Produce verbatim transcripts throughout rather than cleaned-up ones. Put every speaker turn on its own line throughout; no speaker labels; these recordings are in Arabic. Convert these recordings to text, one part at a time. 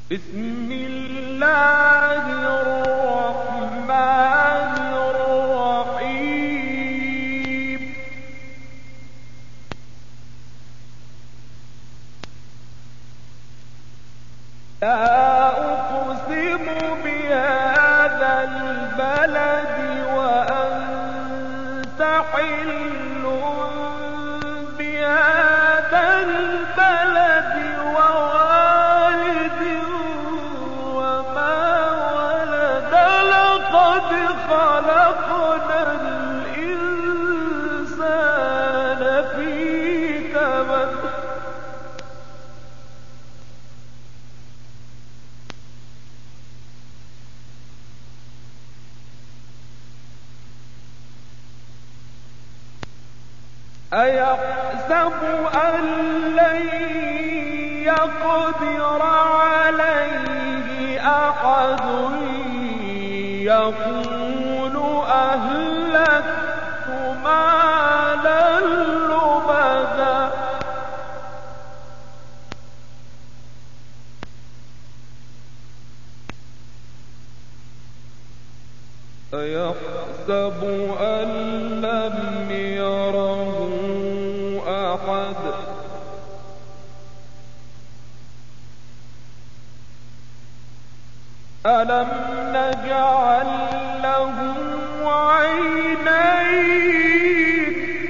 بسم الله الرحمن الرحيم لا أقسم بهذا البلد وأنت حل بهذا البلد ووالد وما ولد لقد خلقنا الإنسان في كبد أيحسب أن لن يقدر عليه أحد يقول أهلكت مالا لبدا أيحسب أن لم يره أحد ألم نجعل له عينين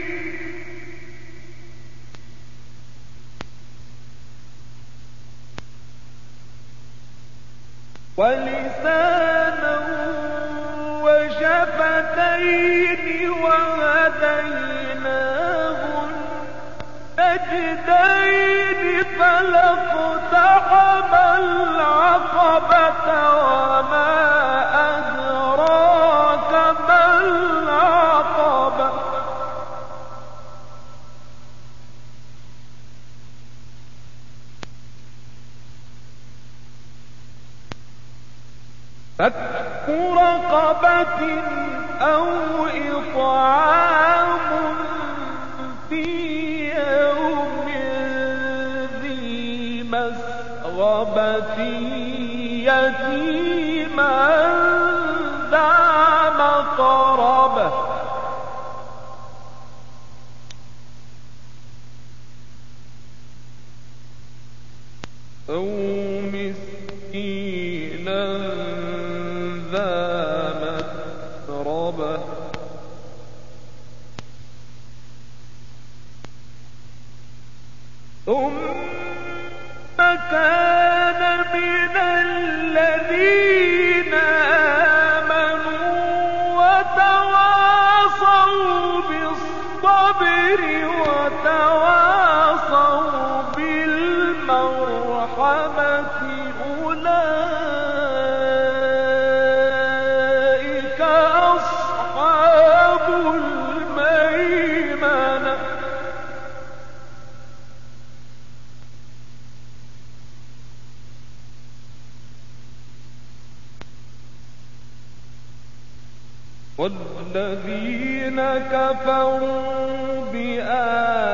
ولسانا وشفتين وهديناه النجدين فلاقتحم العقبة وما أدراك ما العقبة فك رقبة أو إطعام في يوم ذي مسغبة يتيما ذا مقربة أو مسكينا ذا متربة ثم كان من الذين آمنوا وتواصوا بالصبر وتواصوا بالمرحمة أولئك أصحاب الميمنة والذين كفروا بآياتنا